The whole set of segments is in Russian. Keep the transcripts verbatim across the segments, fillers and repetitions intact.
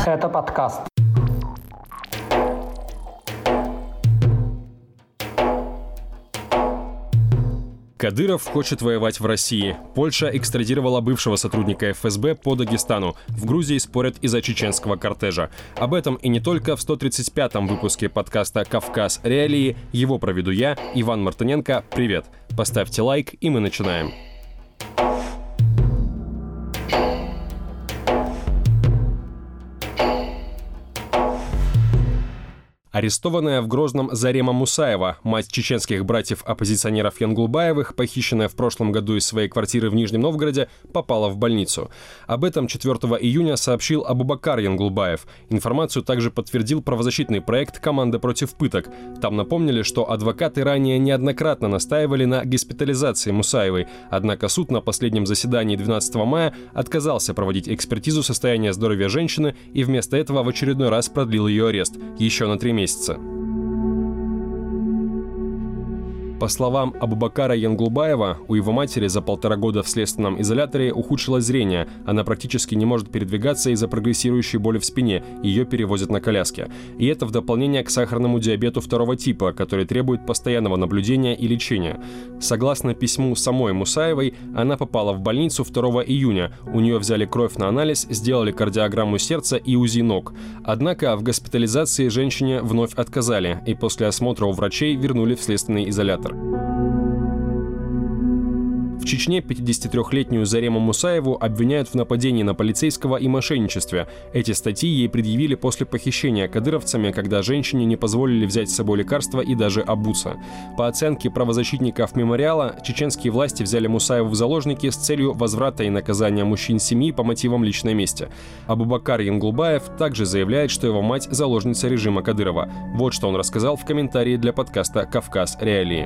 Это подкаст. Кадыров хочет воевать в России. Польша экстрадировала бывшего сотрудника эф эс бэ по Дагестану. В Грузии спорят из-за чеченского кортежа. Об этом и не только в сто тридцать пятом выпуске подкаста «Кавказ. Реалии». Его проведу я, Иван Мартыненко. Привет. Поставьте лайк, и мы начинаем. Арестованная в Грозном Зарема Мусаева, мать чеченских братьев-оппозиционеров Янгулбаевых, похищенная в прошлом году из своей квартиры в Нижнем Новгороде, попала в больницу. Об этом четвёртого июня сообщил Абубакар Янгулбаев. Информацию также подтвердил правозащитный проект «Команда против пыток». Там напомнили, что адвокаты ранее неоднократно настаивали на госпитализации Мусаевой, однако суд на последнем заседании двенадцатого мая отказался проводить экспертизу состояния здоровья женщины и вместо этого в очередной раз продлил ее арест еще на три месяца. По словам Абубакара Янгулбаева, у его матери за полтора года в следственном изоляторе ухудшилось зрение. Она практически не может передвигаться из-за прогрессирующей боли в спине, ее перевозят на коляске. И это в дополнение к сахарному диабету второго типа, который требует постоянного наблюдения и лечения. Согласно письму самой Мусаевой, она попала в больницу второго июня. У нее взяли кровь на анализ, сделали кардиограмму сердца и УЗИ ног. Однако в госпитализации женщине вновь отказали, и после осмотра у врачей вернули в следственный изолятор. В Чечне пятидесятитрёхлетнюю Зарему Мусаеву обвиняют в нападении на полицейского и мошенничестве. Эти статьи ей предъявили после похищения кадыровцами, когда женщине не позволили взять с собой лекарства и даже обуться. По оценке правозащитников мемориала, чеченские власти взяли Мусаеву в заложники с целью возврата и наказания мужчин семьи по мотивам личной мести. Абубакар Янгулбаев также заявляет, что его мать – заложница режима Кадырова. Вот что он рассказал в комментарии для подкаста «Кавказ. Реалии».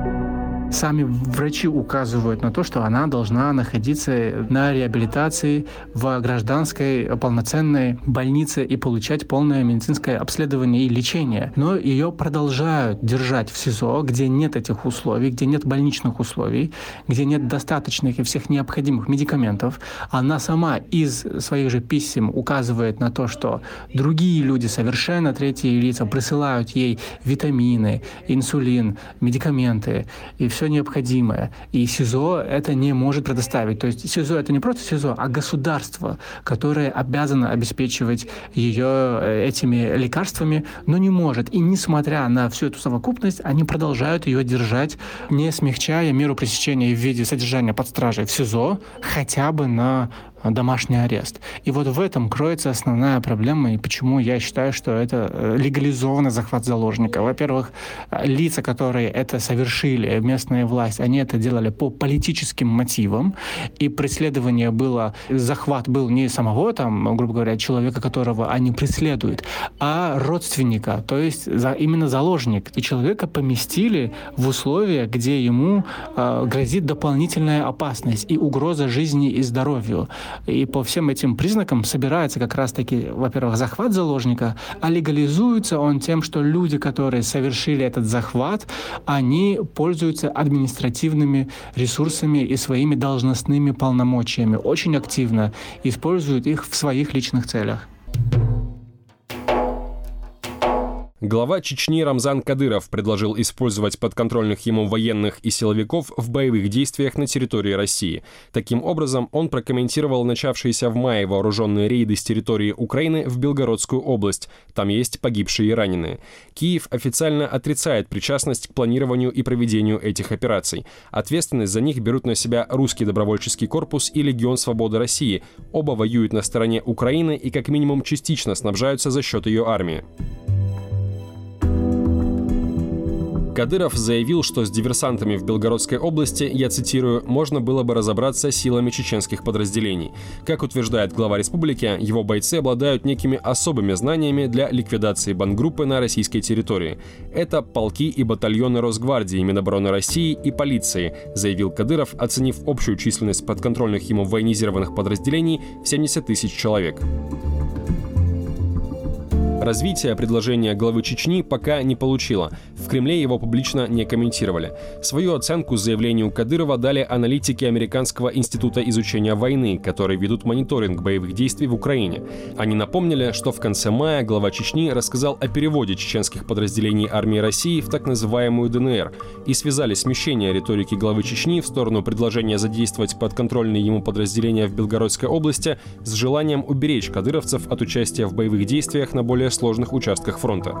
Сами врачи указывают на то, что она должна находиться на реабилитации в гражданской полноценной больнице и получать полное медицинское обследование и лечение. Но ее продолжают держать в СИЗО, где нет этих условий, где нет больничных условий, где нет достаточных и всех необходимых медикаментов. Она сама из своих же писем указывает на то, что другие люди, совершенно третьи лица, присылают ей витамины, инсулин, медикаменты и все необходимое. И СИЗО это не может предоставить. То есть СИЗО это не просто СИЗО, а государство, которое обязано обеспечивать ее этими лекарствами, но не может. И несмотря на всю эту совокупность, они продолжают ее держать, не смягчая меру пресечения в виде содержания под стражей в СИЗО хотя бы на домашний арест. И вот в этом кроется основная проблема, и почему я считаю, что это легализованный захват заложника. Во-первых, лица, которые это совершили, местная власть, они это делали по политическим мотивам, и преследование было, захват был не самого, там, грубо говоря, человека, которого они преследуют, а родственника, то есть за, именно заложник. И человека поместили в условия, где ему э, грозит дополнительная опасность и угроза жизни и здоровью. И по всем этим признакам собирается как раз-таки, во-первых, захват заложника, а легализуется он тем, что люди, которые совершили этот захват, они пользуются административными ресурсами и своими должностными полномочиями, очень активно используют их в своих личных целях. Глава Чечни Рамзан Кадыров предложил использовать подконтрольных ему военных и силовиков в боевых действиях на территории России. Таким образом, он прокомментировал начавшиеся в мае вооруженные рейды с территории Украины в Белгородскую область. Там есть погибшие и раненые. Киев официально отрицает причастность к планированию и проведению этих операций. Ответственность за них берут на себя Русский добровольческий корпус и Легион Свободы России. Оба воюют на стороне Украины и как минимум частично снабжаются за счет ее армии. Кадыров заявил, что с диверсантами в Белгородской области, я цитирую, можно было бы разобраться силами чеченских подразделений. Как утверждает глава республики, его бойцы обладают некими особыми знаниями для ликвидации бандгруппы на российской территории. Это полки и батальоны Росгвардии, Минобороны России и полиции, заявил Кадыров, оценив общую численность подконтрольных ему военизированных подразделений в семьдесят тысяч человек. Развитие предложения главы Чечни пока не получило. В Кремле его публично не комментировали. Свою оценку заявлению Кадырова дали аналитики Американского института изучения войны, которые ведут мониторинг боевых действий в Украине. Они напомнили, что в конце мая глава Чечни рассказал о переводе чеченских подразделений армии России в так называемую ДНР и связали смещение риторики главы Чечни в сторону предложения задействовать подконтрольные ему подразделения в Белгородской области с желанием уберечь кадыровцев от участия в боевых действиях на более сложных участках фронта.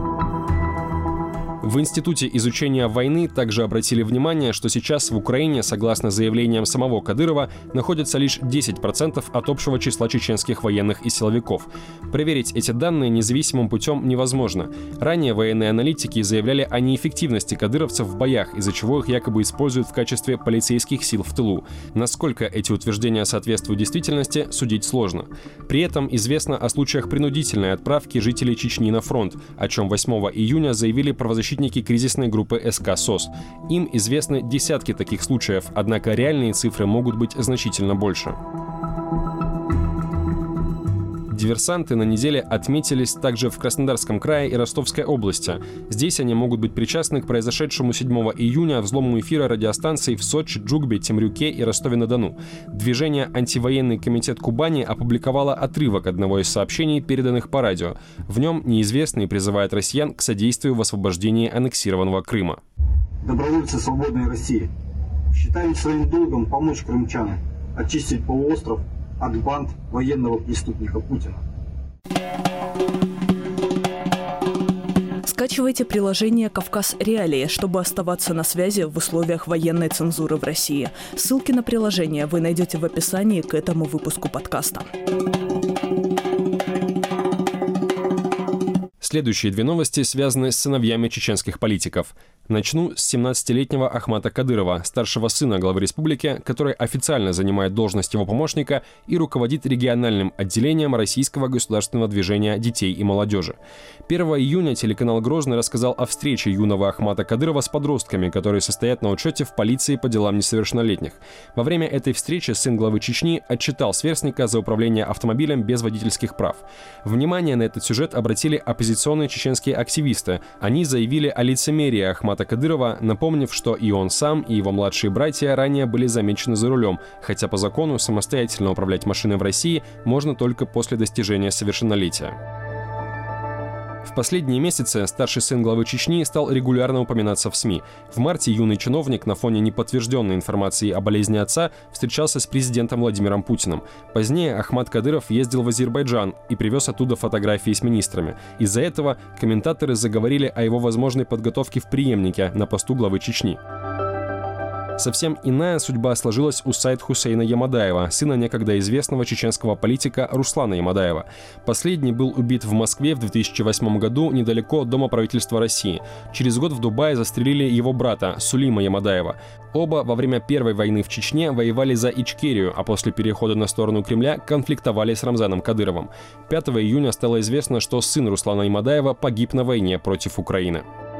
В Институте изучения войны также обратили внимание, что сейчас в Украине, согласно заявлениям самого Кадырова, находится лишь десять процентов от общего числа чеченских военных и силовиков. Проверить эти данные независимым путем невозможно. Ранее военные аналитики заявляли о неэффективности кадыровцев в боях, из-за чего их якобы используют в качестве полицейских сил в тылу. Насколько эти утверждения соответствуют действительности, судить сложно. При этом известно о случаях принудительной отправки жителей Чечни на фронт, о чем восьмого июня заявили правозащитники кризисной группы СК СОС. Им известны десятки таких случаев, однако реальные цифры могут быть значительно больше. Диверсанты на неделе отметились также в Краснодарском крае и Ростовской области. Здесь они могут быть причастны к произошедшему седьмого июня взлому эфира радиостанций в Сочи, Джугбе, Темрюке и Ростове-на-Дону. Движение «Антивоенный комитет Кубани» опубликовало отрывок одного из сообщений, переданных по радио. В нем неизвестный призывает россиян к содействию в освобождении аннексированного Крыма. Добровольцы свободной России считают своим долгом помочь крымчанам очистить полуостров от банд военного преступника Путина. Скачивайте приложение «Кавказ Реалии», чтобы оставаться на связи в условиях военной цензуры в России. Ссылки на приложение вы найдете в описании к этому выпуску подкаста. Следующие две новости связаны с сыновьями чеченских политиков. Начну с семнадцатилетнего Ахмата Кадырова, старшего сына главы республики, который официально занимает должность его помощника и руководит региональным отделением Российского государственного движения детей и молодежи. первого июня телеканал «Грозный» рассказал о встрече юного Ахмата Кадырова с подростками, которые состоят на учете в полиции по делам несовершеннолетних. Во время этой встречи сын главы Чечни отчитал сверстника за управление автомобилем без водительских прав. Внимание на этот сюжет обратили оппозиционные чеченские активисты. Они заявили о лицемерии Ахмата Кадырова, напомнив, что и он сам, и его младшие братья ранее были замечены за рулем, хотя по закону самостоятельно управлять машиной в России можно только после достижения совершеннолетия. В последние месяцы старший сын главы Чечни стал регулярно упоминаться в СМИ. В марте юный чиновник на фоне неподтвержденной информации о болезни отца встречался с президентом Владимиром Путиным. Позднее Ахмат Кадыров ездил в Азербайджан и привез оттуда фотографии с министрами. Из-за этого комментаторы заговорили о его возможной подготовке в преемнике на посту главы Чечни. Совсем иная судьба сложилась у Саид Хусейна Ямадаева, сына некогда известного чеченского политика Руслана Ямадаева. Последний был убит в Москве в две тысячи восьмом году недалеко от Дома правительства России. Через год в Дубае застрелили его брата Сулима Ямадаева. Оба во время Первой войны в Чечне воевали за Ичкерию, а после перехода на сторону Кремля конфликтовали с Рамзаном Кадыровым. пятого июня стало известно, что сын Руслана Ямадаева погиб на войне против Украины.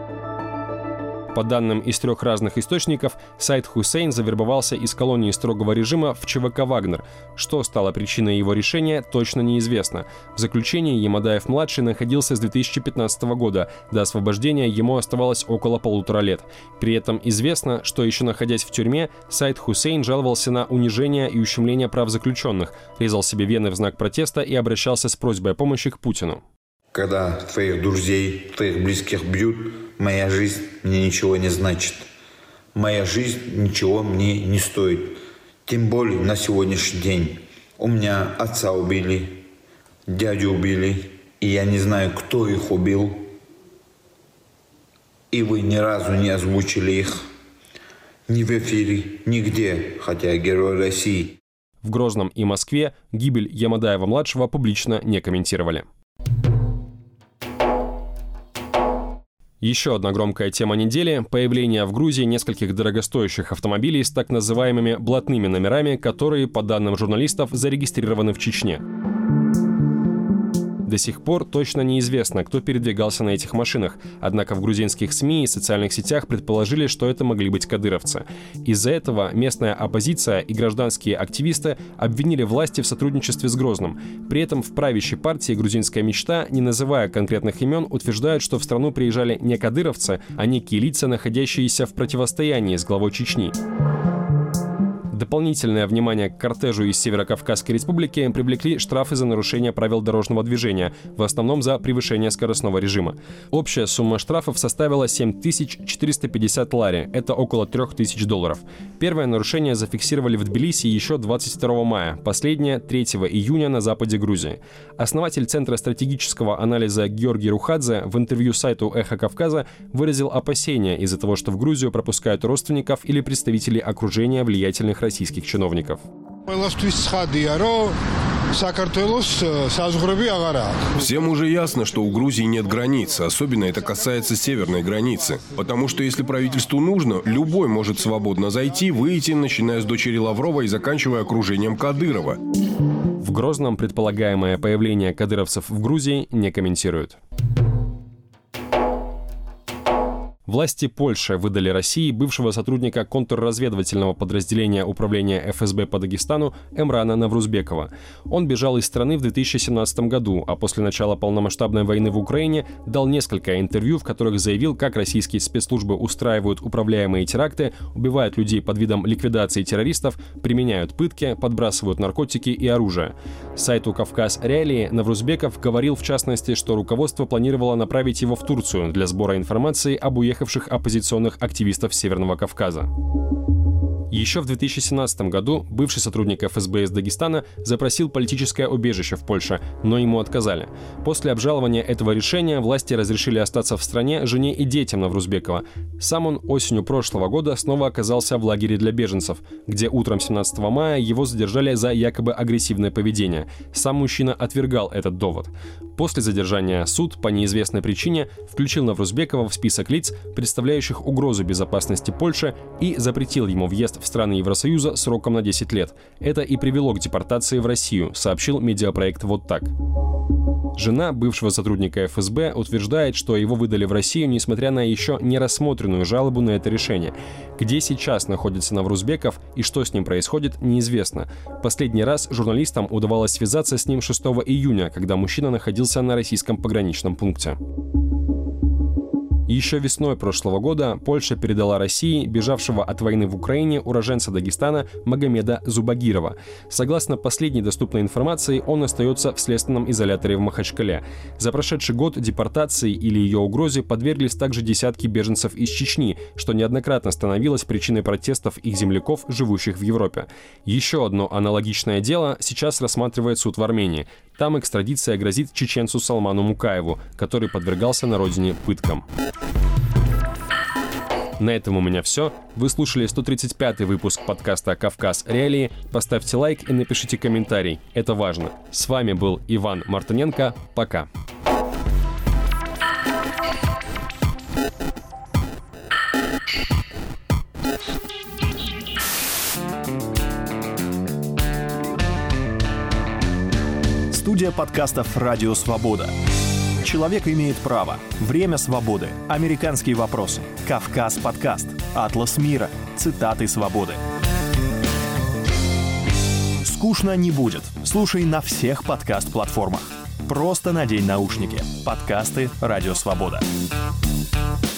По данным из трех разных источников, Саид Хусейн завербовался из колонии строгого режима в ЧВК «Вагнер». Что стало причиной его решения, точно неизвестно. В заключении Ямадаев-младший находился с две тысячи пятнадцатого года. До освобождения ему оставалось около полутора лет. При этом известно, что еще находясь в тюрьме, Саид Хусейн жаловался на унижение и ущемление прав заключенных, резал себе вены в знак протеста и обращался с просьбой о помощи к Путину. Когда твоих друзей, твоих близких бьют, моя жизнь мне ничего не значит. Моя жизнь ничего мне не стоит. Тем более на сегодняшний день. У меня отца убили, дядю убили, и я не знаю, кто их убил. И вы ни разу не озвучили их ни в эфире, нигде, хотя герой России. В Грозном и Москве гибель Ямадаева-младшего публично не комментировали. Еще одна громкая тема недели – появление в Грузии нескольких дорогостоящих автомобилей с так называемыми блатными номерами, которые, по данным журналистов, зарегистрированы в Чечне. До сих пор точно неизвестно, кто передвигался на этих машинах, однако в грузинских СМИ и социальных сетях предположили, что это могли быть кадыровцы. Из-за этого местная оппозиция и гражданские активисты обвинили власти в сотрудничестве с Грозным. При этом в правящей партии «Грузинская мечта», не называя конкретных имен, утверждают, что в страну приезжали не кадыровцы, а некие лица, находящиеся в противостоянии с главой Чечни. Дополнительное внимание к кортежу из Северо-Кавказской республики привлекли штрафы за нарушение правил дорожного движения, в основном за превышение скоростного режима. Общая сумма штрафов составила семь тысяч четыреста пятьдесят лари, это около трех тысяч долларов. Первое нарушение зафиксировали в Тбилиси еще двадцать второго мая, последнее — третьего июня на западе Грузии. Основатель Центра стратегического анализа Георгий Рухадзе в интервью сайту «Эхо Кавказа» выразил опасения из-за того, что в Грузию пропускают родственников или представителей окружения влиятельных российских чиновников. Всем уже ясно, что у Грузии нет границ, особенно это касается северной границы. Потому что если правительству нужно, любой может свободно зайти, выйти, начиная с дочери Лаврова и заканчивая окружением Кадырова. В Грозном предполагаемое появление кадыровцев в Грузии не комментируют. Власти Польши выдали России бывшего сотрудника контрразведывательного подразделения управления эф эс бэ по Дагестану Эмрана Наврузбекова. Он бежал из страны в две тысячи семнадцатом году, а после начала полномасштабной войны в Украине дал несколько интервью, в которых заявил, как российские спецслужбы устраивают управляемые теракты, убивают людей под видом ликвидации террористов, применяют пытки, подбрасывают наркотики и оружие. Сайту «Кавказ Реалии» Наврузбеков говорил в частности, что руководство планировало направить его в Турцию для сбора информации об уехавших оппозиционных активистов Северного Кавказа. Еще в две тысячи семнадцатом году бывший сотрудник эф эс бэ из Дагестана запросил политическое убежище в Польше, но ему отказали. После обжалования этого решения власти разрешили остаться в стране жене и детям Наврузбекова. Сам он осенью прошлого года снова оказался в лагере для беженцев, где утром семнадцатого мая его задержали за якобы агрессивное поведение. Сам мужчина отвергал этот довод. После задержания суд по неизвестной причине включил Наврузбекова в список лиц, представляющих угрозу безопасности Польши, и запретил ему въезд в страны Евросоюза сроком на десять лет. Это и привело к депортации в Россию, сообщил медиапроект «Вот так». Жена бывшего сотрудника эф эс бэ утверждает, что его выдали в Россию, несмотря на еще не рассмотренную жалобу на это решение. Где сейчас находится Наврузбеков и что с ним происходит, неизвестно. Последний раз журналистам удавалось связаться с ним шестого июня, когда мужчина находился на российском пограничном пункте. Еще весной прошлого года Польша передала России бежавшего от войны в Украине уроженца Дагестана Магомеда Зубагирова. Согласно последней доступной информации, он остается в следственном изоляторе в Махачкале. За прошедший год депортации или ее угрозе подверглись также десятки беженцев из Чечни, что неоднократно становилось причиной протестов их земляков, живущих в Европе. Еще одно аналогичное дело сейчас рассматривает суд в Армении. Там экстрадиция грозит чеченцу Салману Мукаеву, который подвергался на родине пыткам. На этом у меня все. Вы слушали сто тридцать пятый выпуск подкаста «Кавказ Реалии». Поставьте лайк и напишите комментарий. Это важно. С вами был Иван Мартыненко. Пока. Студия подкастов «Радио Свобода». Человек имеет право. Время свободы. Американские вопросы. Кавказ подкаст. Атлас мира. Цитаты свободы. Скучно не будет. Слушай на всех подкаст-платформах. Просто надень наушники. Подкасты «Радио Свобода».